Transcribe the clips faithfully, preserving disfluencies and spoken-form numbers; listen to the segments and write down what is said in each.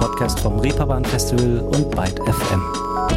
Podcast vom Reeperbahn Festival und Byte F M.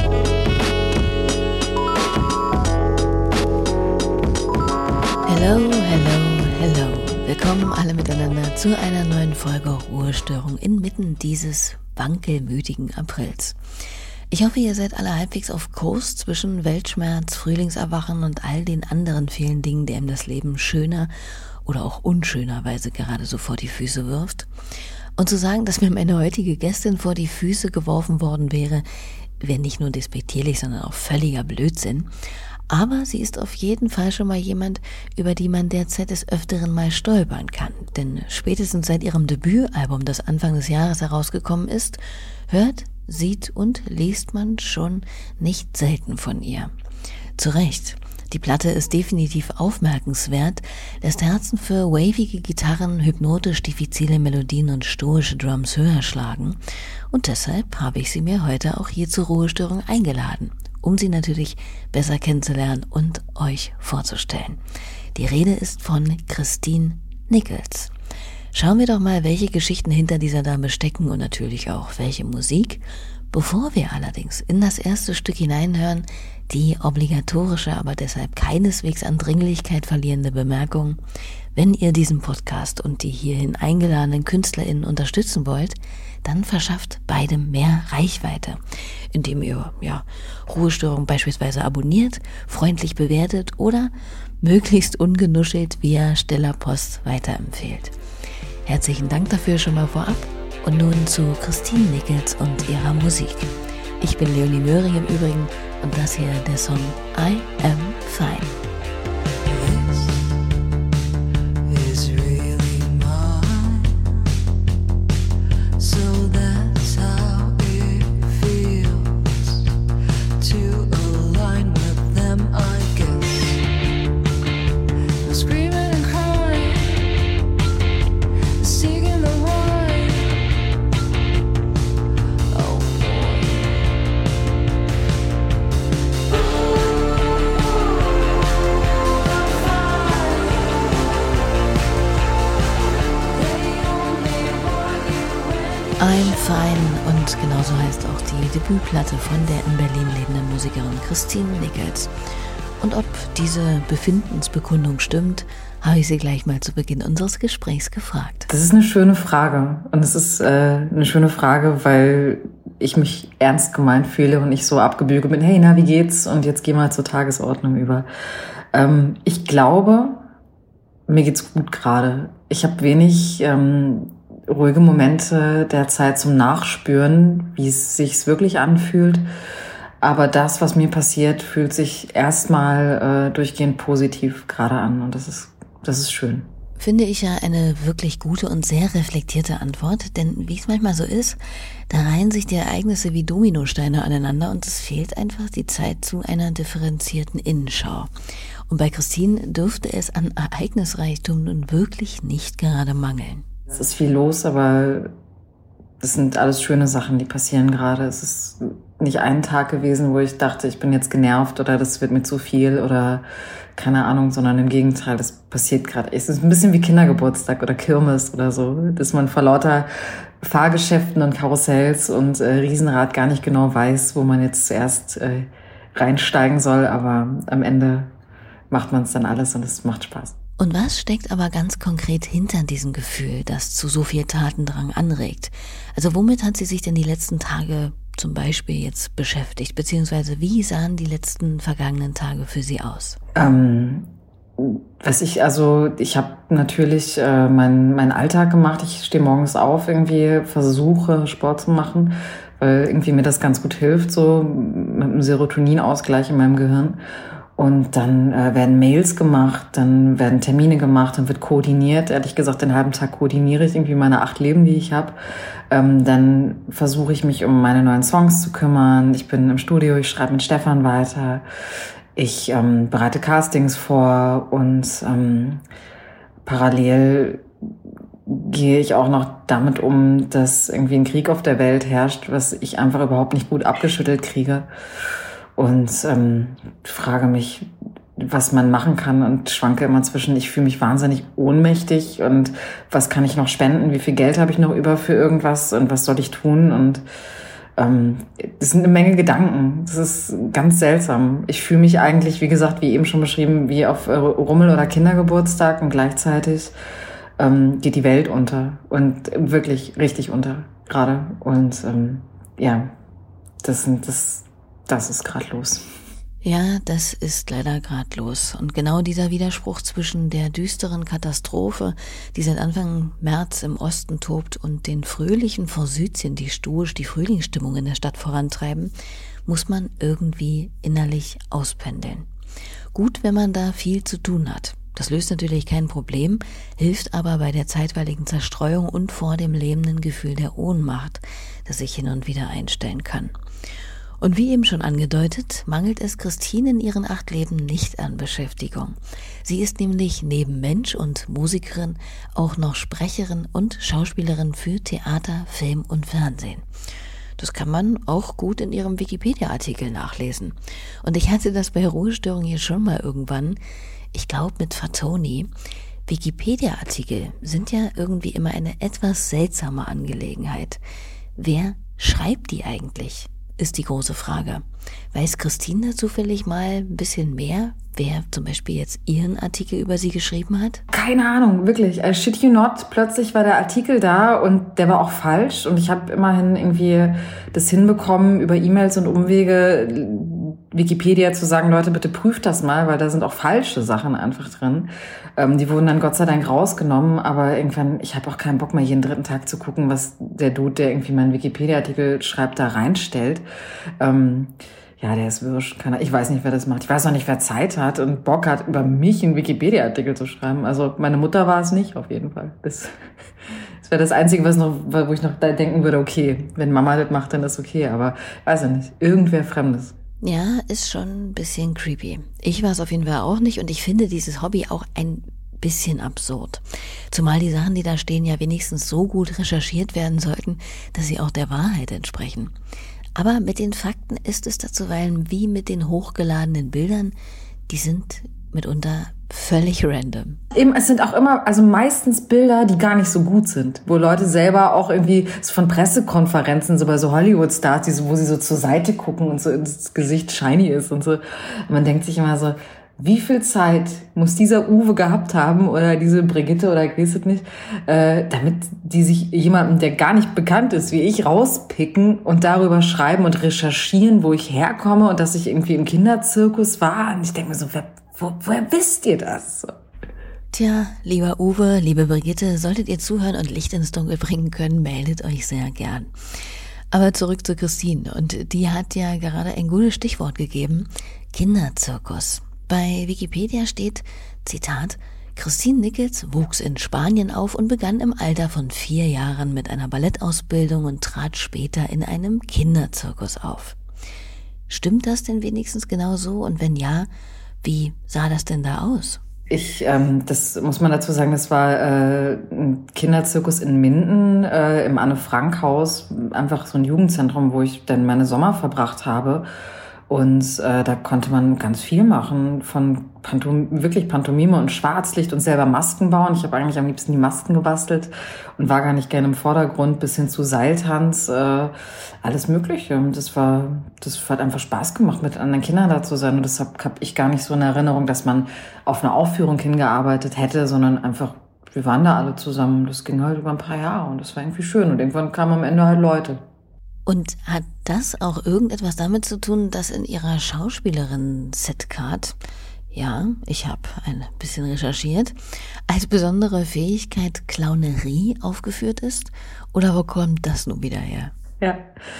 Hello, hello, hello. Willkommen alle miteinander zu einer neuen Folge Ruhestörung inmitten dieses wankelmütigen Aprils. Ich hoffe, ihr seid alle halbwegs auf Kurs zwischen Weltschmerz, Frühlingserwachen und all den anderen vielen Dingen, die einem das Leben schöner oder auch unschönerweise gerade so vor die Füße wirft. Und zu sagen, dass mir meine heutige Gästin vor die Füße geworfen worden wäre, wäre nicht nur despektierlich, sondern auch völliger Blödsinn. Aber sie ist auf jeden Fall schon mal jemand, über die man derzeit des Öfteren mal stolpern kann. Denn spätestens seit ihrem Debütalbum, das Anfang des Jahres herausgekommen ist, hört, sieht und liest man schon nicht selten von ihr. Zu Recht. Die Platte ist definitiv aufmerkenswert, lässt Herzen für wavige Gitarren, hypnotisch diffizile Melodien und stoische Drums höher schlagen. Und deshalb habe ich sie mir heute auch hier zur Ruhestörung eingeladen, um sie natürlich besser kennenzulernen und euch vorzustellen. Die Rede ist von Christine Nichols. Schauen wir doch mal, welche Geschichten hinter dieser Dame stecken und natürlich auch welche Musik. Bevor wir allerdings in das erste Stück hineinhören, die obligatorische, aber deshalb keineswegs an Dringlichkeit verlierende Bemerkung: Wenn ihr diesen Podcast und die hierhin eingeladenen KünstlerInnen unterstützen wollt, dann verschafft beidem mehr Reichweite, indem ihr ja Ruhestörung beispielsweise abonniert, freundlich bewertet oder möglichst ungenuschelt via stiller Post weiterempfehlt. Herzlichen Dank dafür schon mal vorab. Und nun zu Christine Nichols und ihrer Musik. Ich bin Leonie Möhring im Übrigen und das hier der Song I Am Fine. I'm Fine und genauso heißt auch die Debütplatte von der in Berlin lebenden Musikerin Christine Nichols. Und ob diese Befindensbekundung stimmt, habe ich sie gleich mal zu Beginn unseres Gesprächs gefragt. Das ist eine schöne Frage und es ist äh, eine schöne Frage, weil ich mich ernst gemeint fühle und ich so abgebügelt bin, hey, na, wie geht's? Und jetzt gehen wir zur Tagesordnung über. Ähm, ich glaube, mir geht's gut gerade. Ich habe wenig ähm, ruhige Momente der Zeit zum Nachspüren, wie es sich wirklich anfühlt. Aber das, was mir passiert, fühlt sich erstmal äh, durchgehend positiv gerade an. Und das ist, das ist schön. Finde ich ja eine wirklich gute und sehr reflektierte Antwort. Denn wie es manchmal so ist, da reihen sich die Ereignisse wie Dominosteine aneinander und es fehlt einfach die Zeit zu einer differenzierten Innenschau. Und bei Christine dürfte es an Ereignisreichtum nun wirklich nicht gerade mangeln. Es ist viel los, aber das sind alles schöne Sachen, die passieren gerade. Es ist nicht ein Tag gewesen, wo ich dachte, ich bin jetzt genervt oder das wird mir zu viel oder keine Ahnung, sondern im Gegenteil, das passiert gerade. Es ist ein bisschen wie Kindergeburtstag oder Kirmes oder so, dass man vor lauter Fahrgeschäften und Karussells und äh, Riesenrad gar nicht genau weiß, wo man jetzt zuerst äh, reinsteigen soll, aber am Ende macht man es dann alles und es macht Spaß. Und was steckt aber ganz konkret hinter diesem Gefühl, das zu so viel Tatendrang anregt? Also womit hat sie sich denn die letzten Tage zum Beispiel jetzt beschäftigt? Beziehungsweise wie sahen die letzten vergangenen Tage für sie aus? Ähm, was ich, also ich habe natürlich äh, meinen mein Alltag gemacht. Ich stehe morgens auf, irgendwie versuche Sport zu machen, weil irgendwie mir das ganz gut hilft, so mit einem Serotoninausgleich in meinem Gehirn. Und dann äh, werden Mails gemacht, dann werden Termine gemacht, dann wird koordiniert. Ehrlich gesagt, den halben Tag koordiniere ich irgendwie meine acht Leben, die ich habe. Ähm, dann versuche ich mich um meine neuen Songs zu kümmern. Ich bin im Studio, ich schreibe mit Stefan weiter. Ich ähm, bereite Castings vor und ähm, parallel gehe ich auch noch damit um, dass irgendwie ein Krieg auf der Welt herrscht, was ich einfach überhaupt nicht gut abgeschüttelt kriege. Und ähm, frage mich, was man machen kann und schwanke immer zwischen, ich fühle mich wahnsinnig ohnmächtig und was kann ich noch spenden, wie viel Geld habe ich noch über für irgendwas und was soll ich tun und ähm, das sind eine Menge Gedanken. Das ist ganz seltsam. Ich fühle mich eigentlich, wie gesagt, wie eben schon beschrieben, wie auf Rummel- oder Kindergeburtstag und gleichzeitig ähm, geht die Welt unter und wirklich richtig unter gerade und ähm, ja, das sind das, das ist gerade los. Ja, das ist leider gerade los. Und genau dieser Widerspruch zwischen der düsteren Katastrophe, die seit Anfang März im Osten tobt, und den fröhlichen Forsythien, die stoisch die Frühlingsstimmung in der Stadt vorantreiben, muss man irgendwie innerlich auspendeln. Gut, wenn man da viel zu tun hat. Das löst natürlich kein Problem, hilft aber bei der zeitweiligen Zerstreuung und vor dem lähmenden Gefühl der Ohnmacht, das sich hin und wieder einstellen kann. Und wie eben schon angedeutet, mangelt es Christine in ihren acht Leben nicht an Beschäftigung. Sie ist nämlich neben Mensch und Musikerin auch noch Sprecherin und Schauspielerin für Theater, Film und Fernsehen. Das kann man auch gut in ihrem Wikipedia-Artikel nachlesen. Und ich hatte das bei Ruhestörung hier schon mal irgendwann, ich glaube mit Fatoni. Wikipedia-Artikel sind ja irgendwie immer eine etwas seltsame Angelegenheit. Wer schreibt die eigentlich? Ist die große Frage. Weiß Christine zufällig mal ein bisschen mehr, wer zum Beispiel jetzt ihren Artikel über sie geschrieben hat? Keine Ahnung, wirklich. I shit you not. Plötzlich war der Artikel da und der war auch falsch. Und ich habe immerhin irgendwie das hinbekommen, über E-Mails und Umwege Wikipedia zu sagen, Leute, bitte prüft das mal, weil da sind auch falsche Sachen einfach drin. Ähm, die wurden dann Gott sei Dank rausgenommen, aber irgendwann, ich habe auch keinen Bock mehr, jeden dritten Tag zu gucken, was der Dude, der irgendwie meinen Wikipedia-Artikel schreibt, da reinstellt. Ähm, ja, der ist wirsch. Keiner, ich weiß nicht, wer das macht. Ich weiß auch nicht, wer Zeit hat und Bock hat, über mich einen Wikipedia-Artikel zu schreiben. Also meine Mutter war es nicht, auf jeden Fall. Das, das wäre das Einzige, was noch, wo ich noch da denken würde, okay, wenn Mama das macht, dann ist okay. Aber weiß ich nicht, irgendwer Fremdes. Ja, ist schon ein bisschen creepy. Ich war es auf jeden Fall auch nicht und ich finde dieses Hobby auch ein bisschen absurd. Zumal die Sachen, die da stehen, ja wenigstens so gut recherchiert werden sollten, dass sie auch der Wahrheit entsprechen. Aber mit den Fakten ist es da zuweilen wie mit den hochgeladenen Bildern, die sind mitunter völlig random. Eben, es sind auch immer, also meistens Bilder, die gar nicht so gut sind, wo Leute selber auch irgendwie so von Pressekonferenzen, so bei so Hollywood-Stars, die so, wo sie so zur Seite gucken und so ins Gesicht shiny ist und so. Und man denkt sich immer so, wie viel Zeit muss dieser Uwe gehabt haben oder diese Brigitte oder ich weiß es nicht, äh, damit die sich jemanden, der gar nicht bekannt ist, wie ich, rauspicken und darüber schreiben und recherchieren, wo ich herkomme und dass ich irgendwie im Kinderzirkus war. Und ich denke mir so, wer, wo, woher wisst ihr das? Tja, lieber Uwe, liebe Brigitte, solltet ihr zuhören und Licht ins Dunkel bringen können, meldet euch sehr gern. Aber zurück zu Christine, und die hat ja gerade ein gutes Stichwort gegeben, Kinderzirkus. Bei Wikipedia steht, Zitat, Christine Nickels wuchs in Spanien auf und begann im Alter von vier Jahren mit einer Ballettausbildung und trat später in einem Kinderzirkus auf. Stimmt das denn wenigstens genau so? Und wenn ja, wie sah das denn da aus? Ich, ähm, das muss man dazu sagen, das war äh, ein Kinderzirkus in Minden äh, im Anne-Frank-Haus, einfach so ein Jugendzentrum, wo ich dann meine Sommer verbracht habe. Und äh, da konnte man ganz viel machen, von Pantom- wirklich Pantomime und Schwarzlicht und selber Masken bauen. Ich habe eigentlich am liebsten die Masken gebastelt und war gar nicht gerne im Vordergrund, bis hin zu Seiltanz, äh, alles Mögliche. Das war, das hat einfach Spaß gemacht, mit anderen Kindern da zu sein. Und deshalb habe ich gar nicht so eine Erinnerung, dass man auf eine Aufführung hingearbeitet hätte, sondern einfach, wir waren da alle zusammen. Das ging halt über ein paar Jahre und das war irgendwie schön. Und irgendwann kamen am Ende halt Leute. Und hat das auch irgendetwas damit zu tun, dass in ihrer Schauspielerin-Setcard, ja, ich habe ein bisschen recherchiert, als besondere Fähigkeit Clownerie aufgeführt ist? Oder wo kommt das nun wieder her? Ja,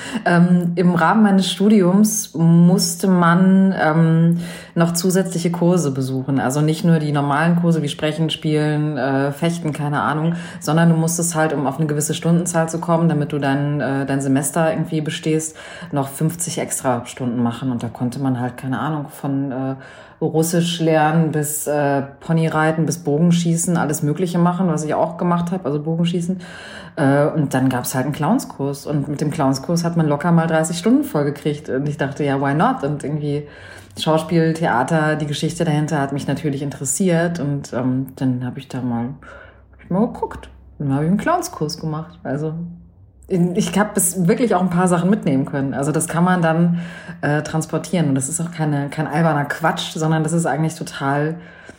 ähm, im Rahmen meines Studiums musste man ähm, noch zusätzliche Kurse besuchen. Also nicht nur die normalen Kurse wie Sprechen, Spielen, äh, Fechten, keine Ahnung, sondern du musstest halt, um auf eine gewisse Stundenzahl zu kommen, damit du dein, äh, dein Semester irgendwie bestehst, noch fünfzig extra Stunden machen. Und da konnte man halt, keine Ahnung, von äh, Russisch lernen bis äh, Ponyreiten, bis Bogenschießen, alles Mögliche machen, was ich auch gemacht habe, also Bogenschießen. Äh, und dann gab's halt einen Clownskurs. Und mit dem Clownskurs hat man locker mal dreißig Stunden vollgekriegt. Und ich dachte, ja, why not? Und irgendwie Schauspiel, Theater, die Geschichte dahinter hat mich natürlich interessiert. Und ähm, dann habe ich da mal, hab ich mal geguckt. Dann habe ich einen Clownskurs gemacht. Also ich habe bis wirklich auch ein paar Sachen mitnehmen können. Also das kann man dann äh, transportieren. Und das ist auch keine, kein alberner Quatsch, sondern das ist eigentlich total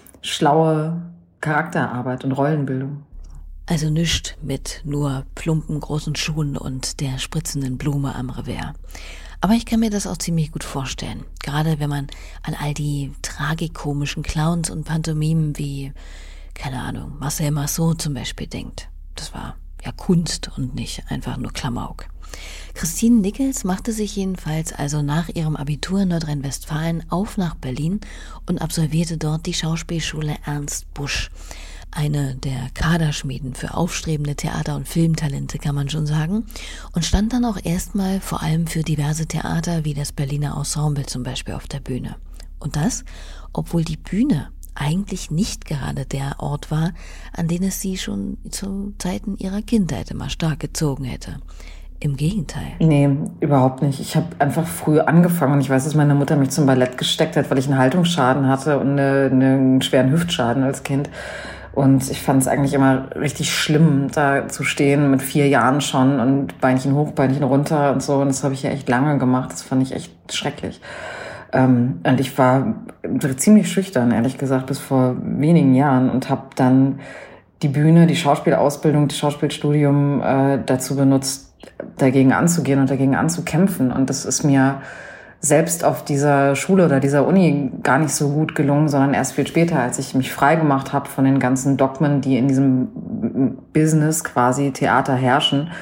schlaue Charakterarbeit und Rollenbildung. Also nischt mit nur plumpen großen Schuhen und der spritzenden Blume am Revers. Aber ich kann mir das auch ziemlich gut vorstellen. Gerade wenn man an all die tragikomischen Clowns und Pantomimen wie, keine Ahnung, Marcel Marceau zum Beispiel denkt. Das war ja Kunst und nicht einfach nur Klamauk. Christine Nickels machte sich jedenfalls also nach ihrem Abitur in Nordrhein-Westfalen auf nach Berlin und absolvierte dort die Schauspielschule Ernst Busch. Eine der Kaderschmieden für aufstrebende Theater- und Filmtalente, kann man schon sagen, und stand dann auch erstmal vor allem für diverse Theater wie das Berliner Ensemble zum Beispiel auf der Bühne. Und das, obwohl die Bühne eigentlich nicht gerade der Ort war, an den es sie schon zu Zeiten ihrer Kindheit immer stark gezogen hätte. Im Gegenteil. Nee, überhaupt nicht. Ich habe einfach früh angefangen und ich weiß, dass meine Mutter mich zum Ballett gesteckt hat, weil ich einen Haltungsschaden hatte und eine, einen schweren Hüftschaden als Kind. Und ich fand es eigentlich immer richtig schlimm, da zu stehen mit vier Jahren schon und Beinchen hoch, Beinchen runter und so. Und das habe ich ja echt lange gemacht. Das fand ich echt schrecklich. Ähm, und ich war ziemlich schüchtern, ehrlich gesagt, bis vor wenigen Jahren und habe dann die Bühne, die Schauspielausbildung, das Schauspielstudium äh, dazu benutzt, dagegen anzugehen und dagegen anzukämpfen. Und das ist mir selbst auf dieser Schule oder dieser Uni gar nicht so gut gelungen, sondern erst viel später, als ich mich frei gemacht habe von den ganzen Dogmen, die in diesem Business quasi Theater herrschen.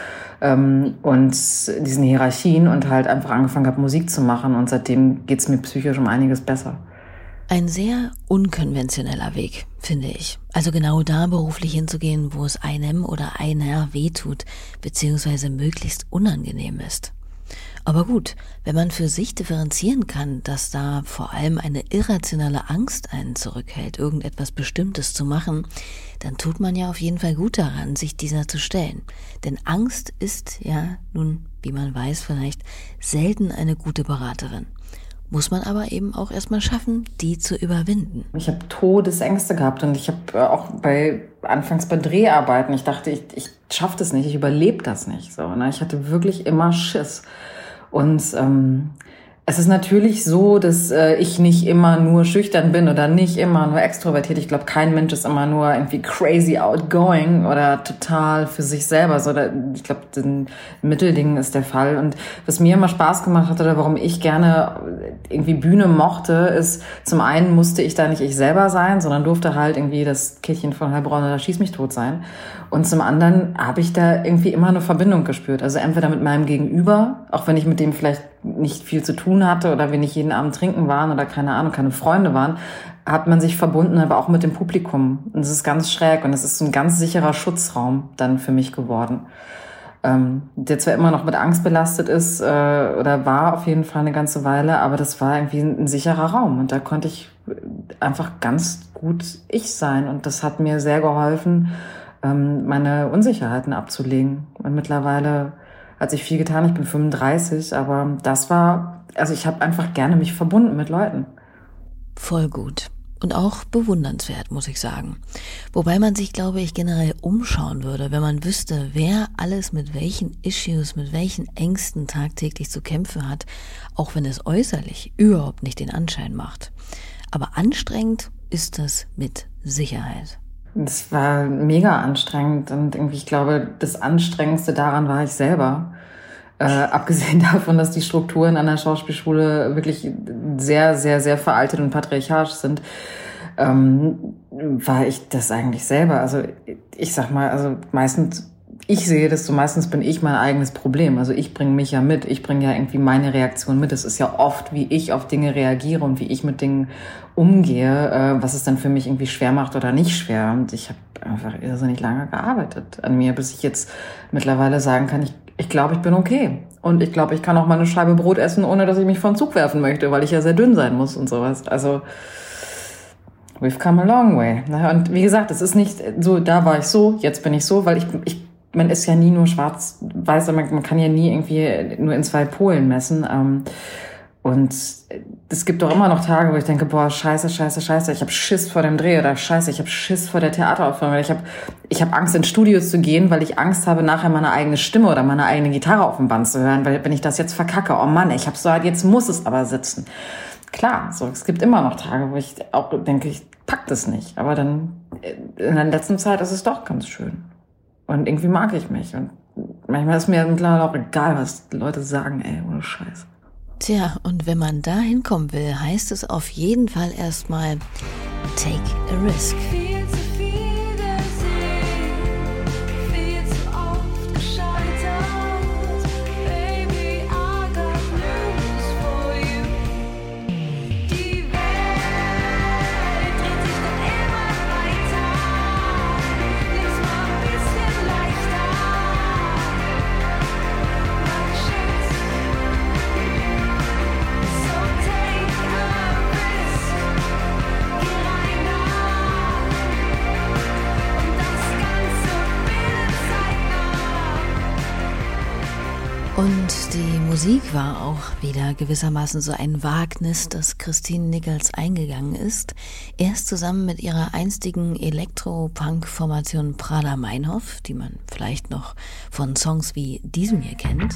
Und diesen Hierarchien und halt einfach angefangen habe, Musik zu machen. Und seitdem geht's mir psychisch um einiges besser. Ein sehr unkonventioneller Weg, finde ich. Also genau da beruflich hinzugehen, wo es einem oder einer wehtut, beziehungsweise möglichst unangenehm ist. Aber gut, wenn man für sich differenzieren kann, dass da vor allem eine irrationale Angst einen zurückhält, irgendetwas Bestimmtes zu machen, dann tut man ja auf jeden Fall gut daran, sich dieser zu stellen. Denn Angst ist ja nun, wie man weiß, vielleicht selten eine gute Beraterin. Muss man aber eben auch erstmal schaffen, die zu überwinden. Ich habe Todesängste gehabt und ich habe auch bei anfangs bei Dreharbeiten, ich dachte, ich, ich schaffe das nicht, ich überlebe das nicht. So, ne? Ich hatte wirklich immer Schiss. Und ähm, es ist natürlich so, dass äh, ich nicht immer nur schüchtern bin oder nicht immer nur extrovertiert. Ich glaube, kein Mensch ist immer nur irgendwie crazy outgoing oder total für sich selber. So, da, ich glaube, ein Mittelding ist der Fall. Und was mir immer Spaß gemacht hat oder warum ich gerne irgendwie Bühne mochte, ist, zum einen musste ich da nicht ich selber sein, sondern durfte halt irgendwie das Käthchen von Heilbronn oder Schieß mich tot sein. Und zum anderen habe ich da irgendwie immer eine Verbindung gespürt. Also entweder mit meinem Gegenüber, auch wenn ich mit dem vielleicht nicht viel zu tun hatte oder wir nicht jeden Abend trinken waren oder keine Ahnung, keine Freunde waren, hat man sich verbunden, aber auch mit dem Publikum. Und das ist ganz schräg und es ist so ein ganz sicherer Schutzraum dann für mich geworden. Ähm, der zwar immer noch mit Angst belastet ist äh, oder war auf jeden Fall eine ganze Weile, aber das war irgendwie ein, ein sicherer Raum und da konnte ich einfach ganz gut ich sein und das hat mir sehr geholfen, ähm, meine Unsicherheiten abzulegen. Und mittlerweile hat sich viel getan, ich bin fünfunddreißig, aber das war, also ich habe einfach gerne mich verbunden mit Leuten. Voll gut. Und auch bewundernswert, muss ich sagen. Wobei man sich, glaube ich, generell umschauen würde, wenn man wüsste, wer alles mit welchen Issues, mit welchen Ängsten tagtäglich zu kämpfen hat, auch wenn es äußerlich überhaupt nicht den Anschein macht. Aber anstrengend ist das mit Sicherheit. Es war mega anstrengend und irgendwie, ich glaube, das Anstrengendste daran war ich selber. Äh, abgesehen davon, dass die Strukturen an der Schauspielschule wirklich sehr, sehr, sehr veraltet und patriarchalisch sind, ähm, war ich das eigentlich selber. Also ich sag mal, also meistens, ich sehe das so, meistens bin ich mein eigenes Problem. Also ich bringe mich ja mit, ich bringe ja irgendwie meine Reaktion mit. Es ist ja oft, wie ich auf Dinge reagiere und wie ich mit Dingen umgehe, äh, was es dann für mich irgendwie schwer macht oder nicht schwer. Und ich habe einfach irrsinnig lange gearbeitet an mir, bis ich jetzt mittlerweile sagen kann, ich Ich glaube, ich bin okay. Und ich glaube, ich kann auch mal eine Scheibe Brot essen, ohne dass ich mich vom Zug werfen möchte, weil ich ja sehr dünn sein muss und sowas. Also we've come a long way. Und wie gesagt, es ist nicht so, da war ich so, jetzt bin ich so, weil ich, ich man ist ja nie nur schwarz-weiß, man, man kann ja nie irgendwie nur in zwei Polen messen. Und es gibt doch immer noch Tage, wo ich denke, boah, scheiße, scheiße, scheiße, ich habe Schiss vor dem Dreh oder scheiße, ich habe Schiss vor der Theateraufführung. Ich habe ich hab Angst, in Studios zu gehen, weil ich Angst habe, nachher meine eigene Stimme oder meine eigene Gitarre auf dem Band zu hören, weil wenn ich das jetzt verkacke, oh Mann, ich habe so, jetzt muss es aber sitzen. Klar, so, es gibt immer noch Tage, wo ich auch denke, ich pack das nicht. Aber dann in der letzten Zeit ist es doch ganz schön. Und irgendwie mag ich mich. Und manchmal ist mir mittlerweile auch egal, was die Leute sagen, ey, ohne Scheiß. Tja, und wenn man da hinkommen will, heißt es auf jeden Fall erstmal take a risk. Und die Musik war auch wieder gewissermaßen so ein Wagnis, das Christine Nichols eingegangen ist. Erst zusammen mit ihrer einstigen Elektro-Punk-Formation Prada Meinhof, die man vielleicht noch von Songs wie diesem hier kennt.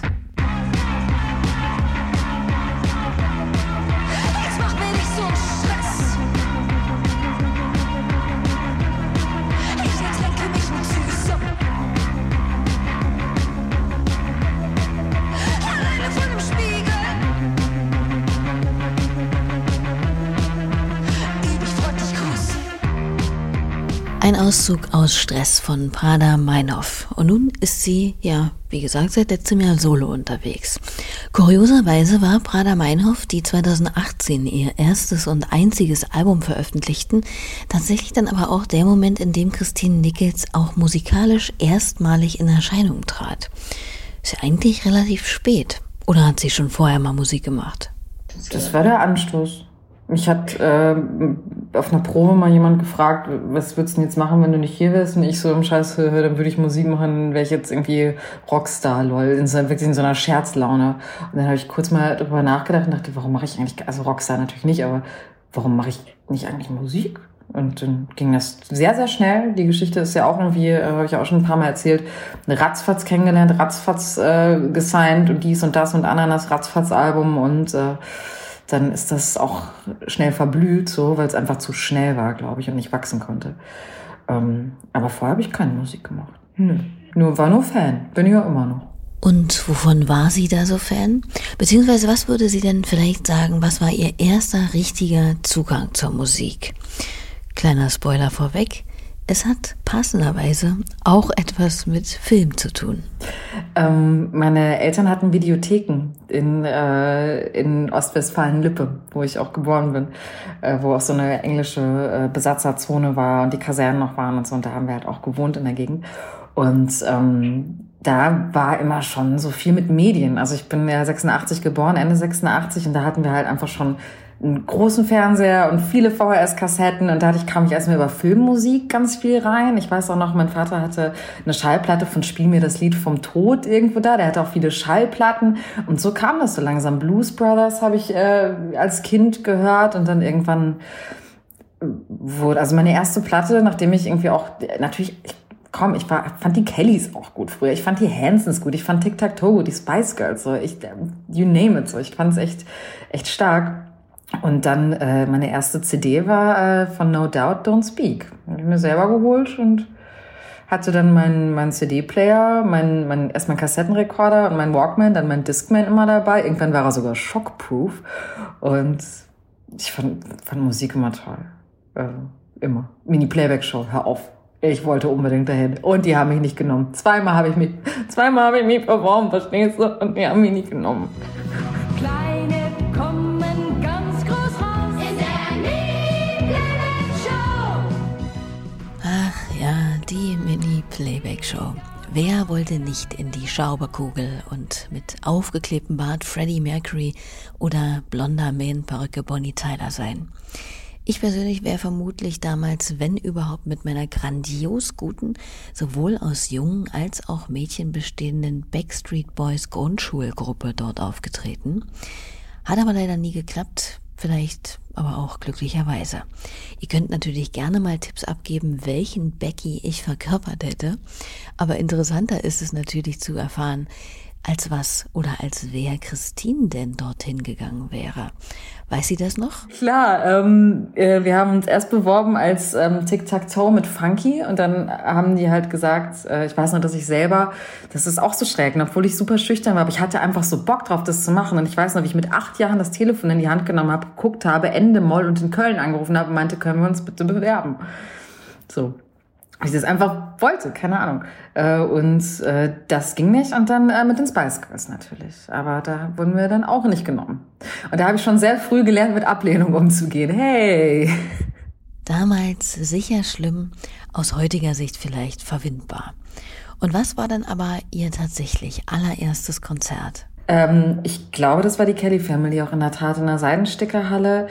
Ein Auszug aus Stress von Prada Meinhof. Und nun ist sie, ja, wie gesagt, seit letztem Jahr solo unterwegs. Kurioserweise war Prada Meinhof, die zweitausendachtzehn ihr erstes und einziges Album veröffentlichten, tatsächlich dann aber auch der Moment, in dem Christine Nichols auch musikalisch erstmalig in Erscheinung trat. Ist ja eigentlich relativ spät. Oder hat sie schon vorher mal Musik gemacht? Das war der Anstoß. Mich hat äh, auf einer Probe mal jemand gefragt, was würdest du denn jetzt machen, wenn du nicht hier wärst? Und ich so im Scheiß, dann würde ich Musik machen, wäre ich jetzt irgendwie Rockstar, lol, in so, wirklich in so einer Scherzlaune. Und dann habe ich kurz mal darüber nachgedacht und dachte, warum mache ich eigentlich, also Rockstar natürlich nicht, aber warum mache ich nicht eigentlich Musik? Und dann ging das sehr, sehr schnell. Die Geschichte ist ja auch irgendwie, äh, habe ich auch schon ein paar Mal erzählt, ratzfatz kennengelernt, ratzfatz äh, gesigned und dies und das und Ananas, ratzfatz Album und äh, dann ist das auch schnell verblüht, so, weil es einfach zu schnell war, glaube ich, und nicht wachsen konnte. Ähm, aber vorher habe ich keine Musik gemacht. Nö. Nur, war nur Fan. Bin ich ja immer noch. Und wovon war sie da so Fan? Beziehungsweise was würde sie denn vielleicht sagen, was war ihr erster richtiger Zugang zur Musik? Kleiner Spoiler vorweg. Es hat passenderweise auch etwas mit Film zu tun. Ähm, meine Eltern hatten Videotheken in, äh, in Ostwestfalen-Lippe, wo ich auch geboren bin, äh, wo auch so eine englische äh, Besatzerzone war und die Kasernen noch waren und so. Und da haben wir halt auch gewohnt in der Gegend. Und ähm, da war immer schon so viel mit Medien. Also ich bin ja sechsundachtzig geboren, Ende sechsundachtzig, und da hatten wir halt einfach schon einen großen Fernseher und viele V H S-Kassetten, und dadurch kam ich erstmal über Filmmusik ganz viel rein. Ich weiß auch noch, mein Vater hatte eine Schallplatte von Spiel mir das Lied vom Tod irgendwo da. Der hatte auch viele Schallplatten, und so kam das so langsam. Blues Brothers habe ich äh, als Kind gehört, und dann irgendwann wurde, also meine erste Platte, nachdem ich irgendwie auch, natürlich, ich, komm, ich war, fand die Kellys auch gut früher. Ich fand die Hansons gut. Ich fand Tic-Tac-Toe gut, die Spice Girls, so. Ich, you name it, so. Ich fand es echt, echt stark. Und dann, äh, meine erste C D war äh, von No Doubt Don't Speak. Habe ich mir selber geholt und hatte dann meinen mein C D-Player, mein, mein, erst mein Kassettenrekorder und mein Walkman, dann mein Discman immer dabei. Irgendwann war er sogar shockproof. Und ich fand, fand Musik immer toll. Äh, immer. Mini-Playback-Show, hör auf. Ich wollte unbedingt dahin. Und die haben mich nicht genommen. Zweimal habe ich mich, zweimal habe ich mich beworben, verstehst du? Und die haben mich nicht genommen. Kleine kommen ganz groß raus in der Mini-Playback-Show. Ach ja, die Mini-Playback-Show. Wer wollte nicht in die Schauberkugel und mit aufgeklebtem Bart Freddie Mercury oder blonder Mähnperücke Bonnie Tyler sein? Ich persönlich wäre vermutlich damals, wenn überhaupt, mit meiner grandios guten, sowohl aus Jungen als auch Mädchen bestehenden Backstreet Boys Grundschulgruppe dort aufgetreten. Hat aber leider nie geklappt, vielleicht aber auch glücklicherweise. Ihr könnt natürlich gerne mal Tipps abgeben, welchen Becky ich verkörpert hätte, aber interessanter ist es natürlich zu erfahren, als was oder als wer Christine denn dorthin gegangen wäre. Weiß sie das noch? Klar, ähm, äh, wir haben uns erst beworben als ähm, Tic-Tac-Toe mit Funky und dann haben die halt gesagt, äh, ich weiß noch, dass ich selber, das ist auch so schräg, und obwohl ich super schüchtern war, aber ich hatte einfach so Bock drauf, das zu machen. Und ich weiß noch, wie ich mit acht Jahren das Telefon in die Hand genommen habe, geguckt habe, Ende Moll und in Köln angerufen habe und meinte, können wir uns bitte bewerben? So. Ich das einfach wollte, keine Ahnung. Äh, und äh, das ging nicht. Und dann äh, mit den Spice Girls natürlich. Aber da wurden wir dann auch nicht genommen. Und da habe ich schon sehr früh gelernt, mit Ablehnung umzugehen. Hey! Damals sicher schlimm, aus heutiger Sicht vielleicht verwindbar. Und was war dann aber Ihr tatsächlich allererstes Konzert? Ähm, ich glaube, das war die Kelly Family, auch in der Tat in der Seidenstickerhalle.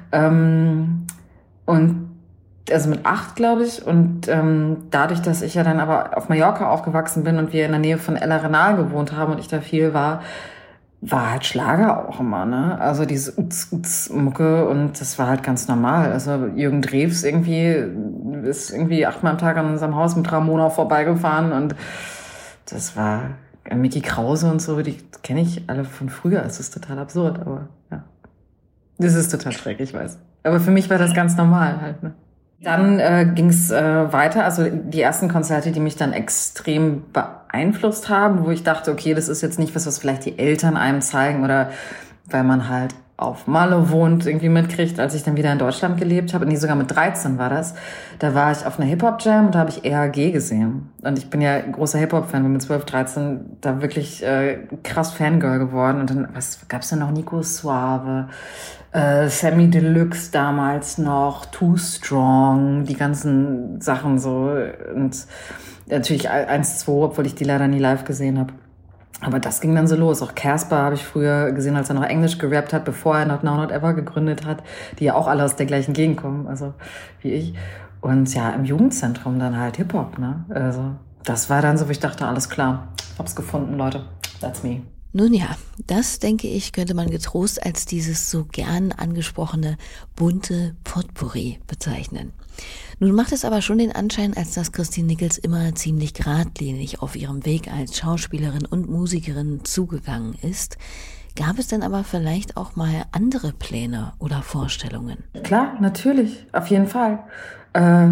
Ähm, und also mit acht, glaube ich. Und ähm, dadurch, dass ich ja dann aber auf Mallorca aufgewachsen bin und wir in der Nähe von El Arenal gewohnt haben und ich da viel war, war halt Schlager auch immer, ne? Also diese Uts-Uts-Mucke und das war halt ganz normal. Also Jürgen Drews irgendwie ist irgendwie achtmal am Tag an unserem Haus mit Ramona vorbeigefahren und das war Micky Krause und so, die kenne ich alle von früher. Es ist total absurd, aber ja. Das ist total schräg, ich weiß. Aber für mich war das ganz normal halt, ne? Dann äh, ging es äh, weiter, also die ersten Konzerte, die mich dann extrem beeinflusst haben, wo ich dachte, okay, das ist jetzt nicht was, was vielleicht die Eltern einem zeigen oder weil man halt auf Malle wohnt, irgendwie mitkriegt, als ich dann wieder in Deutschland gelebt habe. Nee, sogar mit dreizehn war das. Da war ich auf einer Hip-Hop-Jam und da habe ich E R G gesehen. Und ich bin ja großer Hip-Hop-Fan, bin mit zwölf, dreizehn da wirklich äh, krass Fangirl geworden. Und dann, was gab's denn noch? Nico Suave, äh, Sammy Deluxe damals noch, Too Strong, die ganzen Sachen so. Und natürlich eins, zwei, obwohl ich die leider nie live gesehen habe. Aber das ging dann so los. Auch Casper habe ich früher gesehen, als er noch Englisch gerappt hat, bevor er Not Now Not Ever gegründet hat, die ja auch alle aus der gleichen Gegend kommen, also wie ich. Und ja, im Jugendzentrum dann halt Hip-Hop, ne? Also das war dann so, wo ich dachte, alles klar, hab's gefunden, Leute, that's me. Nun ja, das, denke ich, könnte man getrost als dieses so gern angesprochene bunte Potpourri bezeichnen. Nun macht es aber schon den Anschein, als dass Christine Nichols immer ziemlich geradlinig auf ihrem Weg als Schauspielerin und Musikerin zugegangen ist. Gab es denn aber vielleicht auch mal andere Pläne oder Vorstellungen? Klar, natürlich, auf jeden Fall. Äh,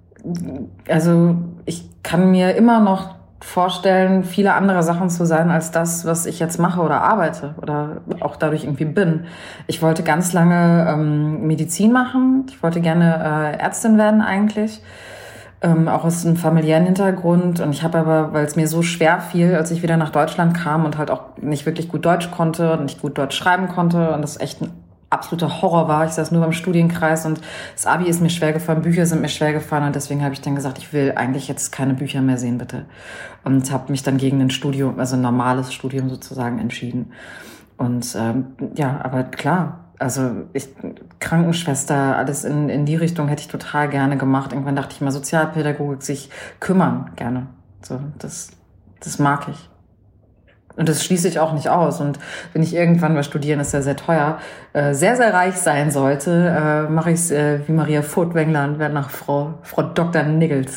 also ich kann mir immer noch vorstellen, viele andere Sachen zu sein als das, was ich jetzt mache oder arbeite oder auch dadurch irgendwie bin. Ich wollte ganz lange ähm, Medizin machen. Ich wollte gerne äh, Ärztin werden eigentlich, ähm, auch aus einem familiären Hintergrund. Und ich habe aber, weil es mir so schwer fiel, als ich wieder nach Deutschland kam und halt auch nicht wirklich gut Deutsch konnte und nicht gut Deutsch schreiben konnte und das echt ein absoluter Horror war. Ich saß nur beim Studienkreis und das Abi ist mir schwer gefallen, Bücher sind mir schwer gefallen und deswegen habe ich dann gesagt, ich will eigentlich jetzt keine Bücher mehr sehen, bitte. Und habe mich dann gegen ein Studium, also ein normales Studium sozusagen entschieden. Und ähm, ja, aber klar, also ich, Krankenschwester, alles in, in die Richtung hätte ich total gerne gemacht. Irgendwann dachte ich mal, Sozialpädagogik, sich kümmern gerne. So, das, das mag ich. Und das schließe ich auch nicht aus. Und wenn ich irgendwann, weil Studieren ist ja sehr teuer, äh, sehr, sehr reich sein sollte, äh, mache ich es äh, wie Maria Furtwängler und werde nach Frau, Frau Doktor Nichols.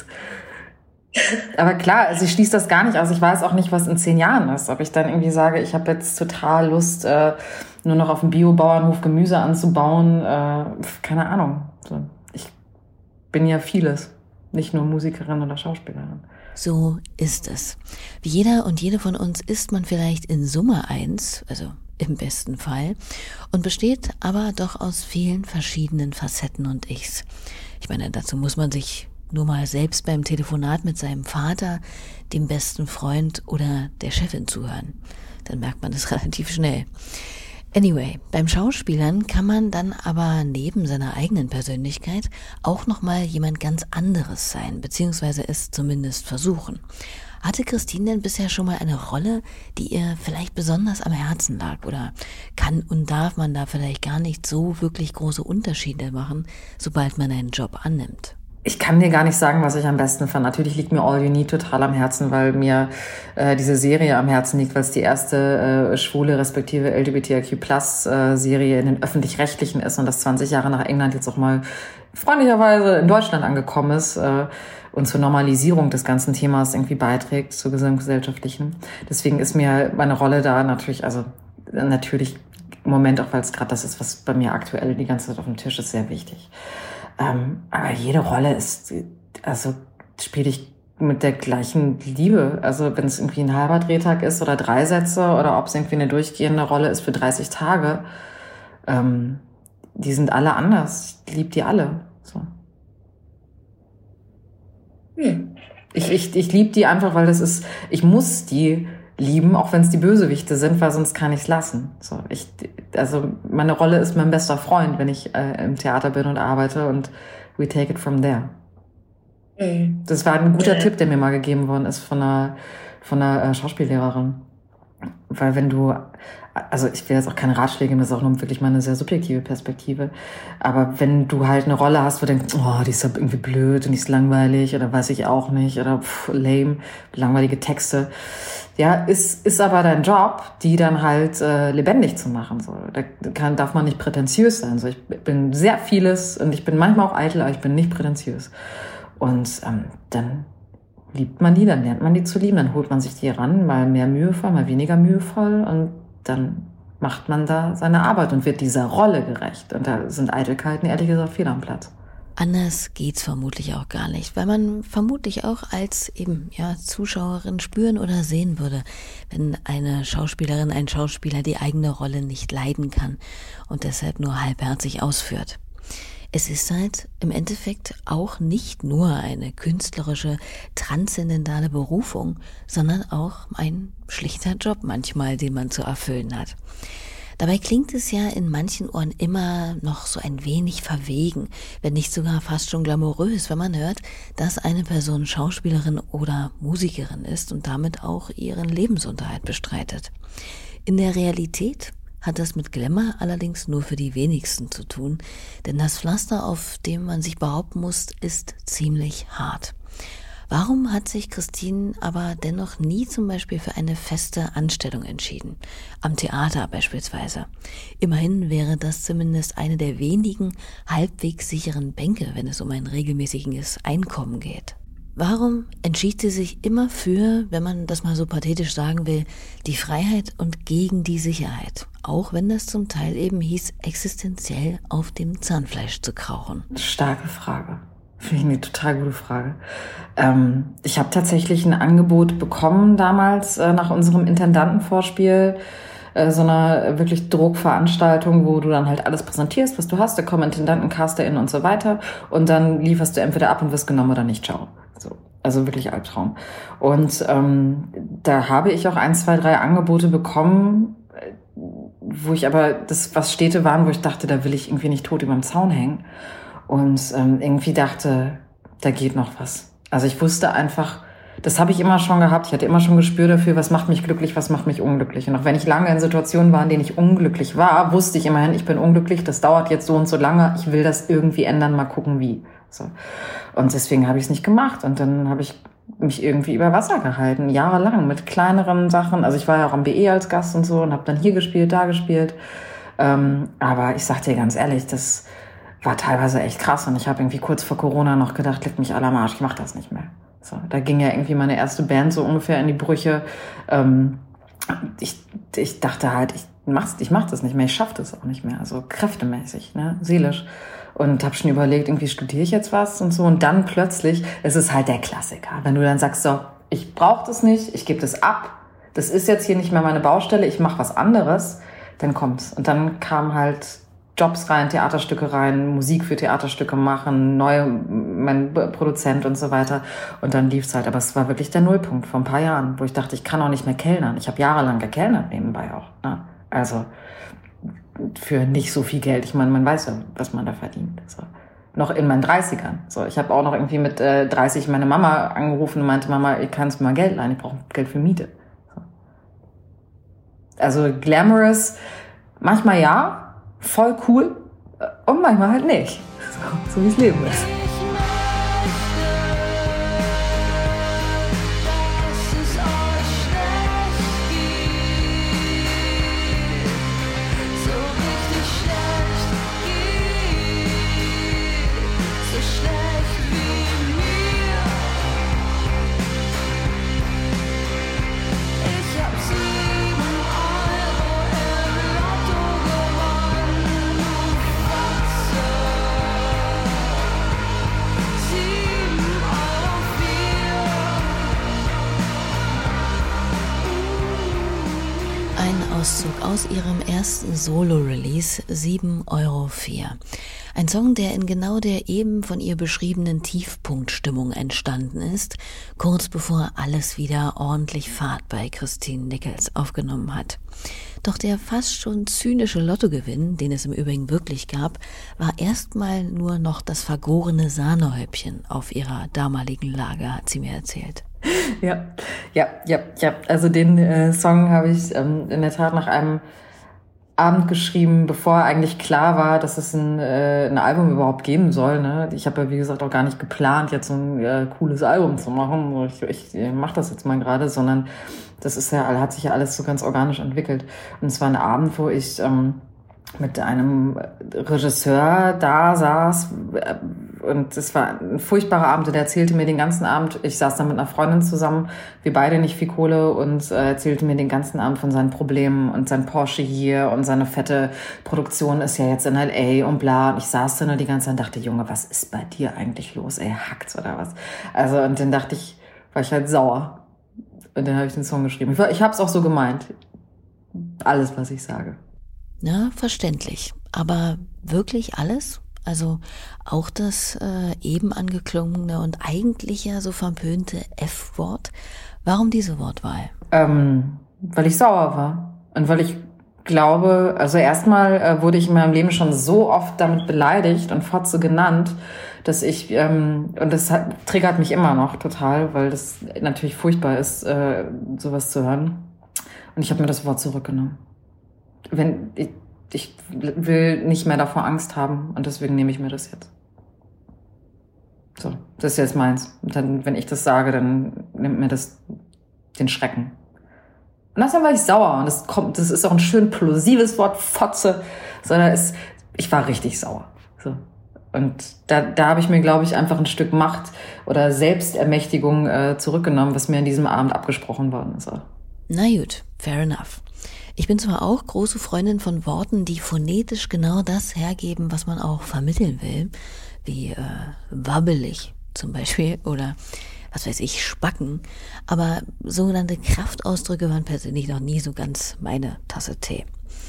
Aber klar, also ich schließe das gar nicht aus. Ich weiß auch nicht, was in zehn Jahren ist. Ob ich dann irgendwie sage, ich habe jetzt total Lust, äh, nur noch auf dem Biobauernhof Gemüse anzubauen. Äh, keine Ahnung. So, ich bin ja vieles. Nicht nur Musikerin oder Schauspielerin. So ist es. Wie jeder und jede von uns ist man vielleicht in Summe eins, also im besten Fall, und besteht aber doch aus vielen verschiedenen Facetten und Ichs. Ich meine, dazu muss man sich nur mal selbst beim Telefonat mit seinem Vater, dem besten Freund oder der Chefin zuhören. Dann merkt man das relativ schnell. Anyway, beim Schauspielern kann man dann aber neben seiner eigenen Persönlichkeit auch nochmal jemand ganz anderes sein, beziehungsweise es zumindest versuchen. Hatte Christine denn bisher schon mal eine Rolle, die ihr vielleicht besonders am Herzen lag? Oder kann und darf man da vielleicht gar nicht so wirklich große Unterschiede machen, sobald man einen Job annimmt? Ich kann dir gar nicht sagen, was ich am besten fand. Natürlich liegt mir All You Need total am Herzen, weil mir äh, diese Serie am Herzen liegt, weil es die erste äh, schwule respektive L G B T I Q Plus äh, Serie in den Öffentlich-Rechtlichen ist und das zwanzig Jahre nach England jetzt auch mal freundlicherweise in Deutschland angekommen ist äh, und zur Normalisierung des ganzen Themas irgendwie beiträgt, zur gesamtgesellschaftlichen. Deswegen ist mir meine Rolle da natürlich, also natürlich im Moment auch, weil es gerade das ist, was bei mir aktuell die ganze Zeit auf dem Tisch ist, sehr wichtig. Ähm, aber jede Rolle ist, also spiele ich mit der gleichen Liebe. Also wenn es irgendwie ein halber Drehtag ist oder drei Sätze oder ob es irgendwie eine durchgehende Rolle ist für dreißig Tage, ähm, die sind alle anders. Ich liebe die alle. So. Hm. Ich, ich, ich liebe die einfach, weil das ist, ich muss die lieben, auch wenn es die Bösewichte sind, weil sonst kann ich es lassen. So, ich, also meine Rolle ist mein bester Freund, wenn ich äh, im Theater bin und arbeite und we take it from there. Mhm. Das war ein guter ja. Tipp, der mir mal gegeben worden ist von einer, von einer äh, Schauspiellehrerin. Weil wenn du, also ich will jetzt auch keine Ratschläge geben, das ist auch nur wirklich mal eine sehr subjektive Perspektive, aber wenn du halt eine Rolle hast, wo du denkst, oh, die ist ja irgendwie blöd und die ist langweilig oder weiß ich auch nicht oder pff, lame, langweilige Texte, ja, ist, ist aber dein Job, die dann halt äh, lebendig zu machen. So. Da kann, darf man nicht prätentiös sein. So, ich bin sehr vieles und ich bin manchmal auch eitel, aber ich bin nicht prätentiös. Und ähm, dann liebt man die, dann lernt man die zu lieben, dann holt man sich die ran, mal mehr mühevoll, mal weniger mühevoll und dann macht man da seine Arbeit und wird dieser Rolle gerecht. Und da sind Eitelkeiten ehrlich gesagt fehl am Platz. Anders geht's vermutlich auch gar nicht, weil man vermutlich auch als eben ja Zuschauerin spüren oder sehen würde, wenn eine Schauspielerin, ein Schauspieler die eigene Rolle nicht leiden kann und deshalb nur halbherzig ausführt. Es ist halt im Endeffekt auch nicht nur eine künstlerische, transzendentale Berufung, sondern auch ein schlichter Job manchmal, den man zu erfüllen hat. Dabei klingt es ja in manchen Ohren immer noch so ein wenig verwegen, wenn nicht sogar fast schon glamourös, wenn man hört, dass eine Person Schauspielerin oder Musikerin ist und damit auch ihren Lebensunterhalt bestreitet. In der Realität hat das mit Glamour allerdings nur für die wenigsten zu tun, denn das Pflaster, auf dem man sich behaupten muss, ist ziemlich hart. Warum hat sich Christine aber dennoch nie zum Beispiel für eine feste Anstellung entschieden? Am Theater beispielsweise. Immerhin wäre das zumindest eine der wenigen halbwegs sicheren Bänke, wenn es um ein regelmäßiges Einkommen geht. Warum entschied sie sich immer für, wenn man das mal so pathetisch sagen will, die Freiheit und gegen die Sicherheit? Auch wenn das zum Teil eben hieß, existenziell auf dem Zahnfleisch zu krauchen. Starke Frage. Finde ich eine total gute Frage. Ähm, ich habe tatsächlich ein Angebot bekommen damals äh, nach unserem Intendantenvorspiel, äh, so einer wirklich Druckveranstaltung, wo du dann halt alles präsentierst, was du hast. Da kommen Intendanten, CasterInnen und so weiter. Und dann lieferst du entweder ab und wirst genommen oder nicht. Ciao. So. Also wirklich Albtraum. Und ähm, da habe ich auch ein, zwei, drei Angebote bekommen, wo ich aber, das was Städte waren, wo ich dachte, da will ich irgendwie nicht tot über dem Zaun hängen. Und ähm, irgendwie dachte, da geht noch was. Also ich wusste einfach, das habe ich immer schon gehabt. Ich hatte immer schon Gespür dafür, was macht mich glücklich, was macht mich unglücklich. Und auch wenn ich lange in Situationen war, in denen ich unglücklich war, wusste ich immerhin, ich bin unglücklich, das dauert jetzt so und so lange, ich will das irgendwie ändern, mal gucken wie. So. Und deswegen habe ich es nicht gemacht. Und dann habe ich mich irgendwie über Wasser gehalten, jahrelang mit kleineren Sachen. Also ich war ja auch am B E als Gast und so und habe dann hier gespielt, da gespielt. Ähm, aber ich sag dir ganz ehrlich, das war teilweise echt krass und ich habe irgendwie kurz vor Corona noch gedacht, leck mich alle am Arsch, ich mach das nicht mehr. So, da ging ja irgendwie meine erste Band so ungefähr in die Brüche. Ähm, ich, ich dachte halt, ich mach's, ich mach das nicht mehr, ich schaff das auch nicht mehr, also kräftemäßig, ne, seelisch. Und habe schon überlegt, irgendwie studiere ich jetzt was und so. Und dann plötzlich, es ist halt der Klassiker, wenn du dann sagst, so, ich brauche das nicht, ich gebe das ab, das ist jetzt hier nicht mehr meine Baustelle, ich mache was anderes, dann kommt's. Und dann kam halt Jobs rein, Theaterstücke rein, Musik für Theaterstücke machen, neue, mein Produzent und so weiter. Und dann lief's halt. Aber es war wirklich der Nullpunkt vor ein paar Jahren, wo ich dachte, ich kann auch nicht mehr kellnern. Ich habe jahrelang gekellnert nebenbei auch. Ne? Also für nicht so viel Geld. Ich meine, man weiß ja, was man da verdient. So. noch in meinen dreißigern. So, ich habe auch noch irgendwie mit äh, dreißig meine Mama angerufen und meinte, Mama, ich kann mir mal Geld leihen, ich brauche Geld für Miete. So. Also glamorous, manchmal ja, voll cool und manchmal halt nicht. So, so wie es Leben ist. Auszug aus ihrem ersten Solo-Release sieben Euro vier. Ein Song, der in genau der eben von ihr beschriebenen Tiefpunktstimmung entstanden ist, kurz bevor alles wieder ordentlich Fahrt bei Christine Nichols aufgenommen hat. Doch der fast schon zynische Lottogewinn, den es im Übrigen wirklich gab, war erstmal nur noch das vergorene Sahnehäubchen auf ihrer damaligen Lage, hat sie mir erzählt. Ja, ja, ja, ja. Also den äh, Song habe ich ähm, in der Tat nach einem Abend geschrieben, bevor eigentlich klar war, dass es ein, äh, ein Album überhaupt geben soll. Ne? Ich habe ja, wie gesagt, auch gar nicht geplant, jetzt so ein äh, cooles Album zu machen. Ich, ich, ich mache das jetzt mal gerade, sondern das ist ja, hat sich ja alles so ganz organisch entwickelt. Und es war ein Abend, wo ich ähm, mit einem Regisseur da saß und es war ein furchtbarer Abend und er erzählte mir den ganzen Abend, ich saß da mit einer Freundin zusammen, wir beide nicht viel Kohle und äh, erzählte mir den ganzen Abend von seinen Problemen und sein Porsche hier und seine fette Produktion ist ja jetzt in L A und bla und ich saß da nur die ganze Zeit und dachte, Junge, was ist bei dir eigentlich los, ey, hackt's oder was? Also und dann dachte ich, war ich halt sauer und dann habe ich den Song geschrieben. Ich, ich habe es auch so gemeint, alles, was ich sage. Na, verständlich. Aber wirklich alles? Also auch das äh, eben angeklungene und eigentlich ja so verpönte F-Wort? Warum diese Wortwahl? Ähm, weil ich sauer war. Und weil ich glaube, also erstmal äh, wurde ich in meinem Leben schon so oft damit beleidigt und Fotze genannt, dass ich, ähm, und das hat, triggert mich immer noch total, weil das natürlich furchtbar ist, äh, sowas zu hören. Und ich habe mir das Wort zurückgenommen. Wenn ich, ich will nicht mehr davor Angst haben und deswegen nehme ich mir das jetzt. So, das ist jetzt meins. Und dann, wenn ich das sage, dann nimmt mir das den Schrecken. Und deshalb war ich sauer und das kommt, das ist auch ein schön plosives Wort, Fotze, sondern es, ich war richtig sauer. So. Und da, da habe ich mir, glaube ich, einfach ein Stück Macht oder Selbstermächtigung äh, zurückgenommen, was mir an diesem Abend abgesprochen worden ist. Na gut, fair enough. Ich bin zwar auch große Freundin von Worten, die phonetisch genau das hergeben, was man auch vermitteln will, wie äh, wabbelig zum Beispiel oder was weiß ich, Spacken, aber sogenannte Kraftausdrücke waren persönlich noch nie so ganz meine Tasse Tee.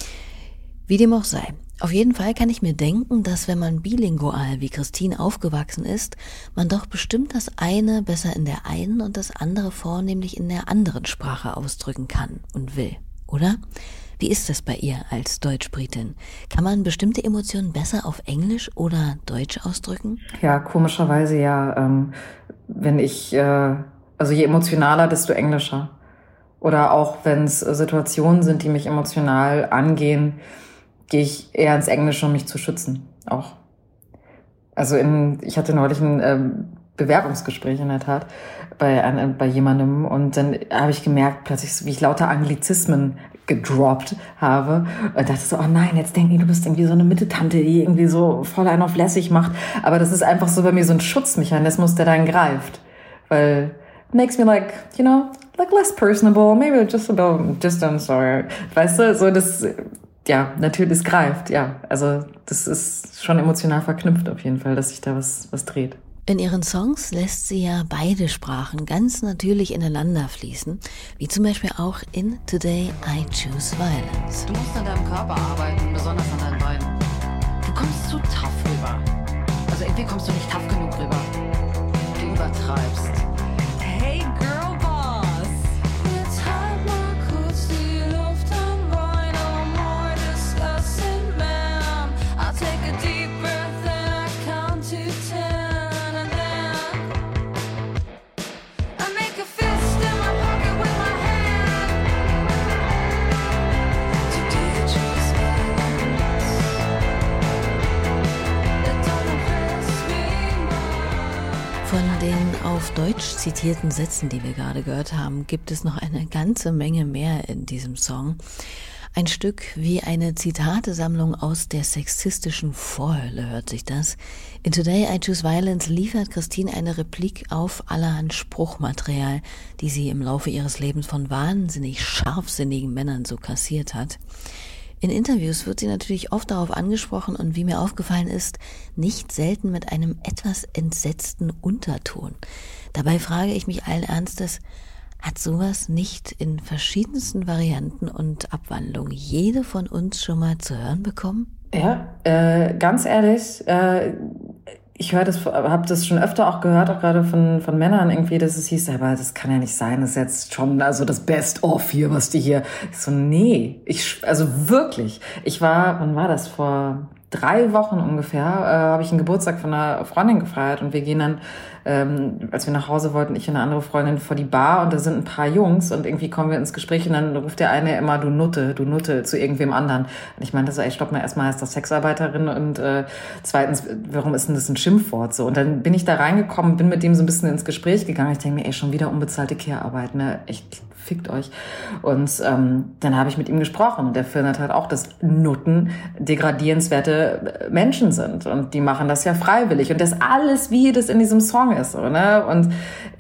Wie dem auch sei. Auf jeden Fall kann ich mir denken, dass wenn man bilingual wie Christine aufgewachsen ist, man doch bestimmt das eine besser in der einen und das andere vornehmlich in der anderen Sprache ausdrücken kann und will. Oder? Wie ist das bei ihr als Deutsch-Britin? Kann man bestimmte Emotionen besser auf Englisch oder Deutsch ausdrücken? Ja, komischerweise ja. Ähm, wenn ich, äh, also je emotionaler, desto englischer. Oder auch wenn es Situationen sind, die mich emotional angehen, gehe ich eher ins Englische, um mich zu schützen. Auch. Also in, ich hatte neulich ein ähm, Bewerbungsgespräch in der Tat bei, äh, bei jemandem und dann habe ich gemerkt plötzlich, wie ich lauter Anglizismen gedroppt habe und dachte so, oh nein, jetzt denken die, du bist irgendwie so eine Mitte-Tante, die irgendwie so voll einen auf lässig macht. Aber das ist einfach so bei mir so ein Schutzmechanismus, der dann greift. Weil it makes me like, you know, like less personable, maybe just about distance or, weißt du, so das, ja, natürlich, es greift, ja. Also das ist schon emotional verknüpft auf jeden Fall, dass sich da was, was dreht. In ihren Songs lässt sie ja beide Sprachen ganz natürlich ineinander fließen, wie zum Beispiel auch in Today I Choose Violence. Du musst an deinem Körper arbeiten, besonders an deinen Beinen. Du kommst zu tough rüber. Also irgendwie kommst du nicht tough genug rüber. Du übertreibst. Hey Girl Boss! Jetzt halt mal kurz die Luft an, boy, no more discussing, man. I'll take a deep breath and I count to deutsch zitierten Sätzen, die wir gerade gehört haben, gibt es noch eine ganze Menge mehr in diesem Song. Ein Stück wie eine Zitatesammlung aus der sexistischen Vorhölle hört sich das. In Today I Choose Violence liefert Christine eine Replik auf allerhand Spruchmaterial, die sie im Laufe ihres Lebens von wahnsinnig scharfsinnigen Männern so kassiert hat. In Interviews wird sie natürlich oft darauf angesprochen und wie mir aufgefallen ist, nicht selten mit einem etwas entsetzten Unterton. Dabei frage ich mich allen Ernstes, hat sowas nicht in verschiedensten Varianten und Abwandlungen jede von uns schon mal zu hören bekommen? Ja, äh, ganz ehrlich, äh, ich höre das, habe das schon öfter auch gehört, auch gerade von von Männern irgendwie, dass es hieß, aber das kann ja nicht sein, das ist jetzt schon also das Best-of hier, was die hier. Ich so, nee, ich also wirklich. Ich war, wann war das? Vor drei Wochen ungefähr äh, habe ich einen Geburtstag von einer Freundin gefeiert und wir gehen dann, ähm, als wir nach Hause wollten, ich und eine andere Freundin vor die Bar und da sind ein paar Jungs und irgendwie kommen wir ins Gespräch und dann ruft der eine immer, du Nutte, du Nutte zu irgendwem anderen. Und ich meinte so, ey, stopp mal, erstmal ist das Sexarbeiterin und äh, zweitens, warum ist denn das ein Schimpfwort so? Und dann bin ich da reingekommen, bin mit dem so ein bisschen ins Gespräch gegangen. Ich denke mir, ey, schon wieder unbezahlte Care-Arbeit, ne? Echt, fickt euch. Und ähm, dann habe ich mit ihm gesprochen und der findet halt auch, dass Nutten degradierenswerte Menschen sind und die machen das ja freiwillig und das alles, wie das in diesem Song ist, so, ne? Und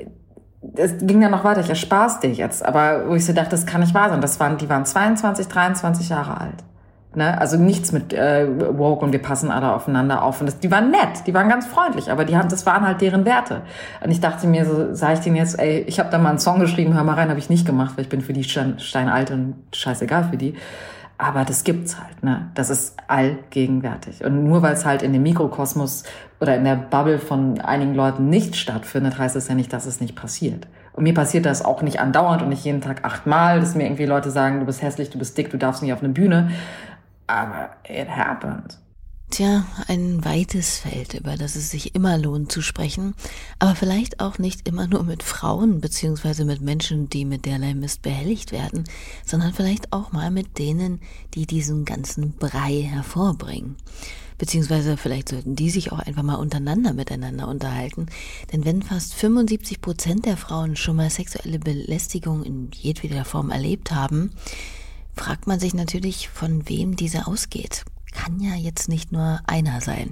es ging dann noch weiter, ich erspar's dir jetzt, aber wo ich so dachte, das kann nicht wahr sein, das waren, die waren zweiundzwanzig, dreiundzwanzig Jahre alt. Ne? Also nichts mit äh, woke und wir passen alle aufeinander auf. Und das, die waren nett, die waren ganz freundlich, aber die haben, das waren halt deren Werte. Und ich dachte mir so, sag ich denen jetzt, ey, ich habe da mal einen Song geschrieben, hör mal rein, habe ich nicht gemacht, weil ich bin für die stein, steinalt und scheißegal für die. Aber das gibt's halt, ne? Das ist allgegenwärtig. Und nur weil es halt in dem Mikrokosmos oder in der Bubble von einigen Leuten nicht stattfindet, heißt es ja nicht, dass es nicht passiert. Und mir passiert das auch nicht andauernd und nicht jeden Tag achtmal, dass mir irgendwie Leute sagen, du bist hässlich, du bist dick, du darfst nicht auf eine Bühne. Aber it happened. Tja, ein weites Feld, über das es sich immer lohnt zu sprechen, aber vielleicht auch nicht immer nur mit Frauen beziehungsweise mit Menschen, die mit derlei Mist behelligt werden, sondern vielleicht auch mal mit denen, die diesen ganzen Brei hervorbringen. Beziehungsweise vielleicht sollten die sich auch einfach mal untereinander miteinander unterhalten, denn wenn fast fünfundsiebzig Prozent der Frauen schon mal sexuelle Belästigung in jedweder Form erlebt haben, fragt man sich natürlich, von wem diese ausgeht. Kann ja jetzt nicht nur einer sein.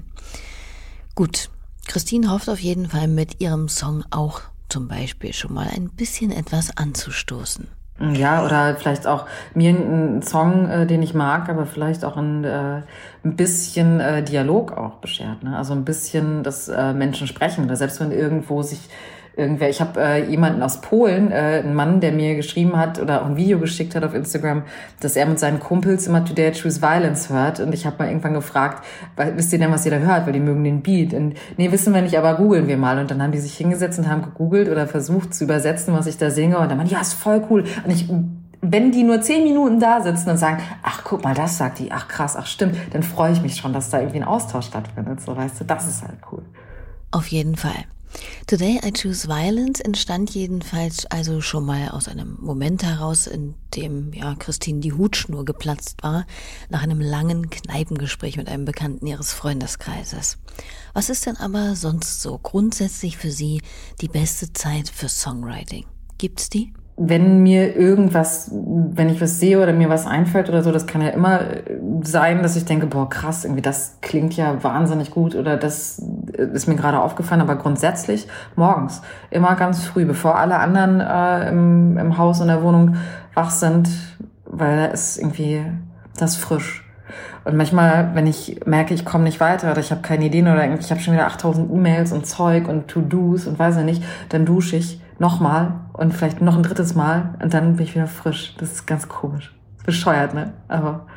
Gut, Christine hofft auf jeden Fall mit ihrem Song auch zum Beispiel schon mal ein bisschen etwas anzustoßen. Ja, oder vielleicht auch mir einen Song, äh, den ich mag, aber vielleicht auch ein, äh, ein bisschen äh, Dialog auch beschert. Ne? Also ein bisschen, dass äh, Menschen sprechen. Oder selbst wenn irgendwo sich irgendwer, ich habe äh, jemanden aus Polen, äh, einen Mann, der mir geschrieben hat oder auch ein Video geschickt hat auf Instagram, dass er mit seinen Kumpels immer Today I Choose Violence hört. Und ich habe mal irgendwann gefragt, wisst ihr denn, was ihr da hört? Weil die mögen den Beat. Und nee, wissen wir nicht, aber googeln wir mal. Und dann haben die sich hingesetzt und haben gegoogelt oder versucht zu übersetzen, was ich da singe. Und dann meinen, ja, ist voll cool. Und ich, wenn die nur zehn Minuten da sitzen und sagen, ach, guck mal, das sagt die, ach krass, ach stimmt, dann freue ich mich schon, dass da irgendwie ein Austausch stattfindet. So, weißt du, das ist halt cool. Auf jeden Fall. Today I Choose Violence entstand jedenfalls also schon mal aus einem Moment heraus, in dem ja Christine die Hutschnur geplatzt war, nach einem langen Kneipengespräch mit einem Bekannten ihres Freundeskreises. Was ist denn aber sonst so grundsätzlich für Sie die beste Zeit für Songwriting? Gibt's die? Wenn mir irgendwas, wenn ich was sehe oder mir was einfällt oder so, das kann ja immer sein, dass ich denke, boah, krass, irgendwie das klingt ja wahnsinnig gut oder das ist mir gerade aufgefallen, aber grundsätzlich morgens, immer ganz früh, bevor alle anderen äh, im, im Haus, in der Wohnung wach sind, weil da ist irgendwie das frisch. Und manchmal, wenn ich merke, ich komme nicht weiter oder ich habe keine Ideen oder ich habe schon wieder achttausend E-Mails und Zeug und To-Dos und weiß ich nicht, dann dusche ich nochmal und vielleicht noch ein drittes Mal und dann bin ich wieder frisch. Das ist ganz komisch. Bescheuert, ne? Aber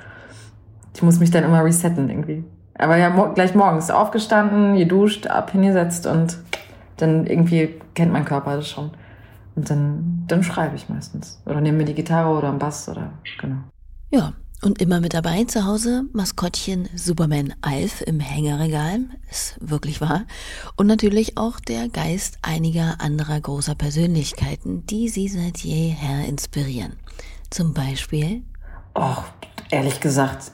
ich muss mich dann immer resetten irgendwie. Aber ja, mo- gleich morgens aufgestanden, geduscht, ab, hingesetzt und dann irgendwie kennt mein Körper das schon. Und dann, dann schreibe ich meistens. Oder nehme mir die Gitarre oder einen Bass oder, genau. Ja. Und immer mit dabei zu Hause Maskottchen Superman Alf im Hängerregal, ist wirklich wahr. Und natürlich auch der Geist einiger anderer großer Persönlichkeiten, die sie seit jeher inspirieren. Zum Beispiel? Oh, ehrlich gesagt,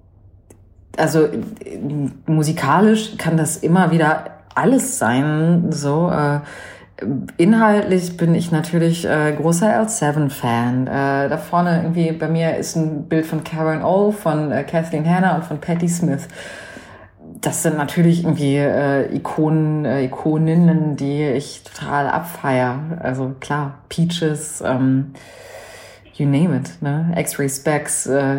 also musikalisch kann das immer wieder alles sein, so, äh, Inhaltlich bin ich natürlich äh, großer L sieben Fan. Äh, da vorne irgendwie bei mir ist ein Bild von Karen O, von äh, Kathleen Hanna und von Patti Smith. Das sind natürlich irgendwie äh, Ikonen, äh, Ikoninnen, die ich total abfeier. Also klar, Peaches, ähm, you name it, ne? X-Ray Specs, äh,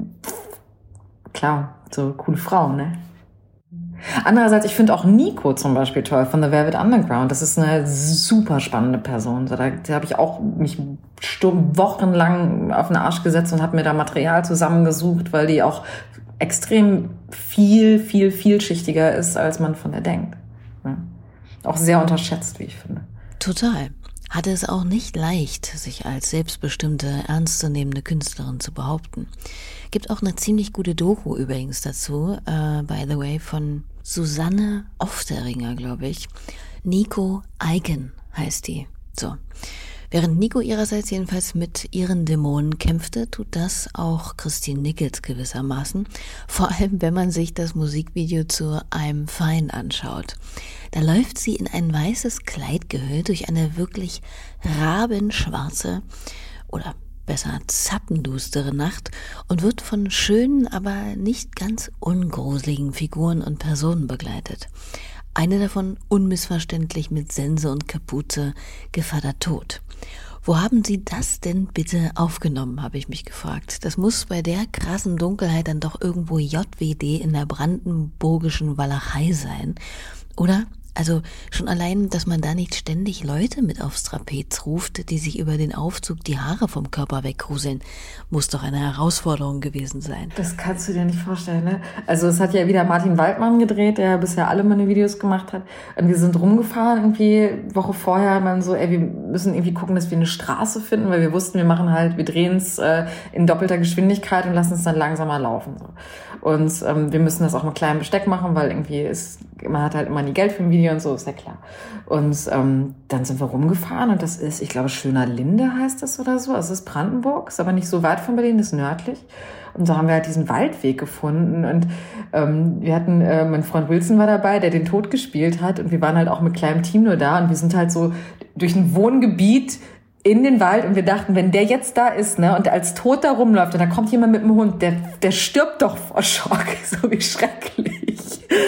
klar, so coole Frauen, ne? Andererseits, ich finde auch Nico zum Beispiel toll von The Velvet Underground. Das ist eine super spannende Person. Da, da habe ich auch mich Stunden, wochenlang auf den Arsch gesetzt und habe mir da Material zusammengesucht, weil die auch extrem viel, viel, vielschichtiger ist, als man von der denkt. Ja. Auch sehr unterschätzt, wie ich finde. Total. Hatte es auch nicht leicht, sich als selbstbestimmte, ernstzunehmende Künstlerin zu behaupten. Gibt auch eine ziemlich gute Doku übrigens dazu, uh, by the way, von Susanne Ofteringer, glaube ich. Nico Eigen heißt die. So. Während Nico ihrerseits jedenfalls mit ihren Dämonen kämpfte, tut das auch Christine Nichols gewissermaßen. Vor allem, wenn man sich das Musikvideo zu I'm Fine anschaut. Da läuft sie in ein weißes Kleid gehüllt durch eine wirklich rabenschwarze oder besser zappendustere Nacht und wird von schönen, aber nicht ganz ungruseligen Figuren und Personen begleitet. Eine davon unmissverständlich mit Sense und Kapuze, Gevatter Tod. Wo haben Sie das denn bitte aufgenommen, habe ich mich gefragt. Das muss bei der krassen Dunkelheit dann doch irgendwo J W D in der brandenburgischen Walachei sein, oder? Also schon allein, dass man da nicht ständig Leute mit aufs Trapez ruft, die sich über den Aufzug die Haare vom Körper wegkruseln, muss doch eine Herausforderung gewesen sein. Das kannst du dir nicht vorstellen, ne? Also es hat ja wieder Martin Waldmann gedreht, der bisher alle meine Videos gemacht hat. Und wir sind rumgefahren irgendwie Woche vorher, man so, ey, wir müssen irgendwie gucken, dass wir eine Straße finden, weil wir wussten, wir machen halt, wir drehen es äh, in doppelter Geschwindigkeit und lassen es dann langsamer laufen. So. Und ähm, wir müssen das auch mit kleinem Besteck machen, weil irgendwie ist, man hat halt immer nie Geld für ein Video und so, ist ja klar. Und ähm, dann sind wir rumgefahren und das ist, ich glaube, Schöner Linde heißt das oder so. Also es ist Brandenburg, ist aber nicht so weit von Berlin, ist nördlich. Und so haben wir halt diesen Waldweg gefunden und ähm, wir hatten, äh, mein Freund Wilson war dabei, der den Tod gespielt hat und wir waren halt auch mit kleinem Team nur da und wir sind halt so durch ein Wohngebiet in den Wald und wir dachten, wenn der jetzt da ist, ne, und als tot da rumläuft und da kommt jemand mit dem Hund, der, der stirbt doch vor Schock, so wie schrecklich.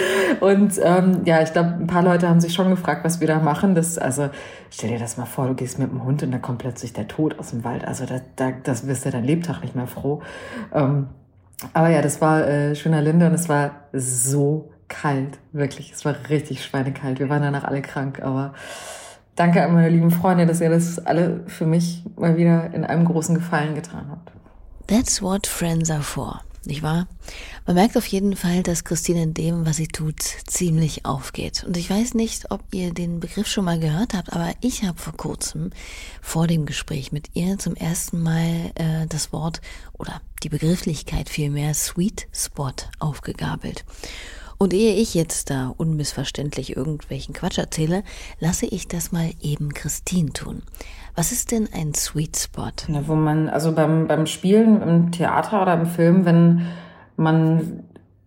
Und ähm, ja, ich glaube, ein paar Leute haben sich schon gefragt, was wir da machen. Das, also stell dir das mal vor, du gehst mit dem Hund und da kommt plötzlich der Tod aus dem Wald. Also da, da, das wirst du dein Lebtag nicht mehr froh. Ähm, aber ja, das war äh, Schöner Linde und es war so kalt, wirklich. Es war richtig schweinekalt. Wir waren danach alle krank, aber danke an meine lieben Freunde, dass ihr das alle für mich mal wieder in einem großen Gefallen getan habt. That's what friends are for, nicht wahr? Man merkt auf jeden Fall, dass Christine in dem, was sie tut, ziemlich aufgeht. Und ich weiß nicht, ob ihr den Begriff schon mal gehört habt, aber ich habe vor kurzem vor dem Gespräch mit ihr zum ersten Mal äh, das Wort oder die Begrifflichkeit vielmehr Sweet Spot aufgegabelt. Und ehe ich jetzt da unmissverständlich irgendwelchen Quatsch erzähle, lasse ich das mal eben Christine tun. Was ist denn ein Sweet Spot? Ja, wo man, also beim, beim Spielen im Theater oder im Film, wenn man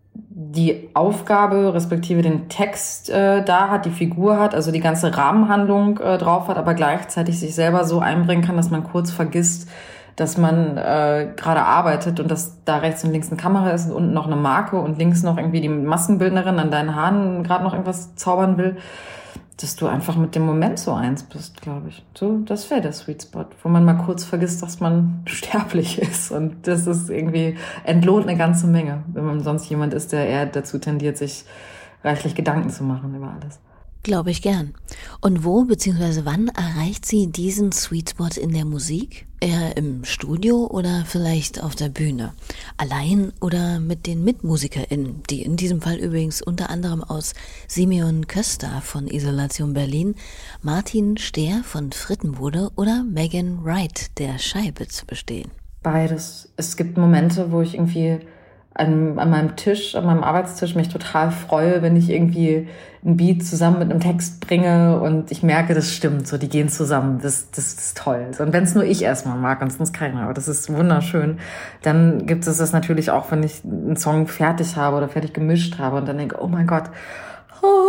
die Aufgabe respektive den Text äh, da hat, die Figur hat, also die ganze Rahmenhandlung äh, drauf hat, aber gleichzeitig sich selber so einbringen kann, dass man kurz vergisst, dass man äh, gerade arbeitet und dass da rechts und links eine Kamera ist und unten noch eine Marke und links noch irgendwie die Maskenbildnerin an deinen Haaren gerade noch irgendwas zaubern will, dass du einfach mit dem Moment so eins bist, glaube ich. So, das wäre der Sweet Spot, wo man mal kurz vergisst, dass man sterblich ist. Und das ist irgendwie, entlohnt eine ganze Menge, wenn man sonst jemand ist, der eher dazu tendiert, sich reichlich Gedanken zu machen über alles. Glaube ich gern. Und wo bzw. wann erreicht sie diesen Sweet Spot in der Musik? Eher im Studio oder vielleicht auf der Bühne? Allein oder mit den MitmusikerInnen, die in diesem Fall übrigens unter anderem aus Simeon Köster von Isolation Berlin, Martin Stehr von Frittenbude oder Megan Wright der Scheibitz bestehen? Beides. Es gibt Momente, wo ich irgendwie an, an meinem Tisch, an meinem Arbeitstisch mich total freue, wenn ich irgendwie ein Beat zusammen mit einem Text bringe und ich merke, das stimmt, so, die gehen zusammen, das, das ist toll. Und wenn es nur ich erstmal mag und sonst keiner, aber das ist wunderschön. Dann gibt es das natürlich auch, wenn ich einen Song fertig habe oder fertig gemischt habe und dann denke, oh mein Gott, oh,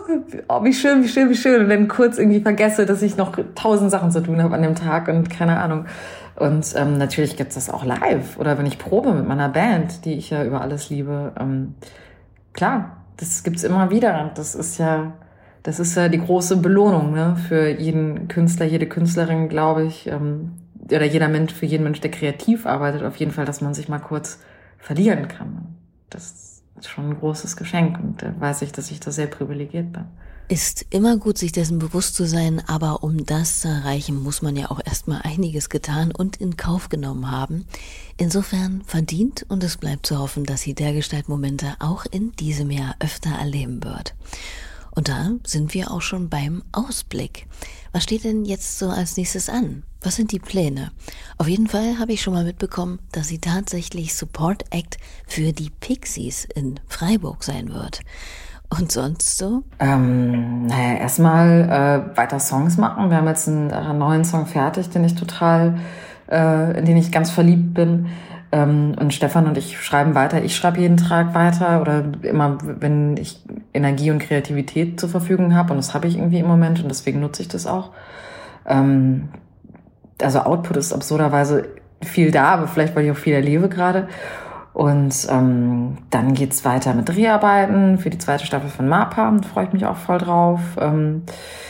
oh, wie schön, wie schön, wie schön. Und dann kurz irgendwie vergesse, dass ich noch tausend Sachen zu tun habe an dem Tag und keine Ahnung. Und ähm, natürlich gibt's das auch live oder wenn ich probe mit meiner Band, die ich ja über alles liebe. Ähm, klar, das gibt's immer wieder. Das ist ja, das ist ja die große Belohnung, ne, für jeden Künstler, jede Künstlerin, glaube ich, ähm, oder jeder Mensch, für jeden Mensch, der kreativ arbeitet, auf jeden Fall, dass man sich mal kurz verlieren kann. Das ist schon ein großes Geschenk und da weiß ich, dass ich da sehr privilegiert bin. Ist immer gut, sich dessen bewusst zu sein, aber um das zu erreichen, muss man ja auch erstmal einiges getan und in Kauf genommen haben. Insofern verdient und es bleibt zu hoffen, dass sie dergestalt Momente auch in diesem Jahr öfter erleben wird. Und da sind wir auch schon beim Ausblick. Was steht denn jetzt so als nächstes an? Was sind die Pläne? Auf jeden Fall habe ich schon mal mitbekommen, dass sie tatsächlich Support Act für die Pixies in Freiburg sein wird. Und sonst so? Ähm, naja, erstmal äh, weiter Songs machen. Wir haben jetzt einen, einen neuen Song fertig, den ich total, äh, in den ich ganz verliebt bin. Ähm, und Stefan und ich schreiben weiter. Ich schreibe jeden Tag weiter oder immer, wenn ich Energie und Kreativität zur Verfügung habe. Und das habe ich irgendwie im Moment und deswegen nutze ich das auch. Ähm, also Output ist absurderweise viel da, aber vielleicht, weil ich auch viel erlebe gerade. Und ähm, dann geht's weiter mit Dreharbeiten für die zweite Staffel von MAPA. Da freue ich mich auch voll drauf. Ähm,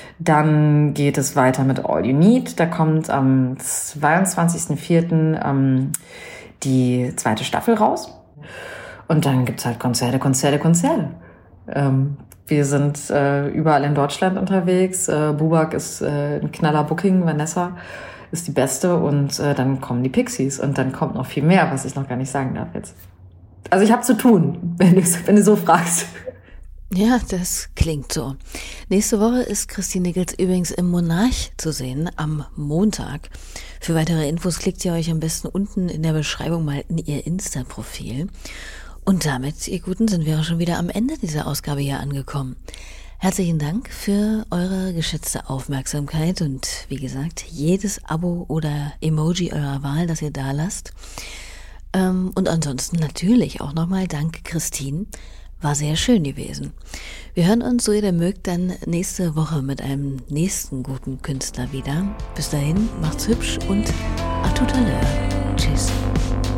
dann geht es weiter mit All You Need. Da kommt am zweiundzwanzigsten vierten Ähm, die zweite Staffel raus. Und dann gibt's halt Konzerte, Konzerte, Konzerte. Ähm, wir sind äh, überall in Deutschland unterwegs. Äh, Bubak ist äh, ein knaller Booking, Vanessa ist die Beste und äh, dann kommen die Pixies und dann kommt noch viel mehr, was ich noch gar nicht sagen darf jetzt. Also ich habe zu tun, wenn du, wenn du so fragst. Ja, das klingt so. Nächste Woche ist Christine Nickels übrigens im Monarch zu sehen, am Montag. Für weitere Infos klickt ihr euch am besten unten in der Beschreibung mal in ihr Insta-Profil. Und damit, ihr Guten, sind wir auch schon wieder am Ende dieser Ausgabe hier angekommen. Herzlichen Dank für eure geschätzte Aufmerksamkeit und wie gesagt, jedes Abo oder Emoji eurer Wahl, das ihr da lasst. Ähm, und ansonsten natürlich auch nochmal Dank Christine. War sehr schön gewesen. Wir hören uns, so ihr denn mögt, dann nächste Woche mit einem nächsten guten Künstler wieder. Bis dahin, macht's hübsch und à tout à l'heure. Tschüss.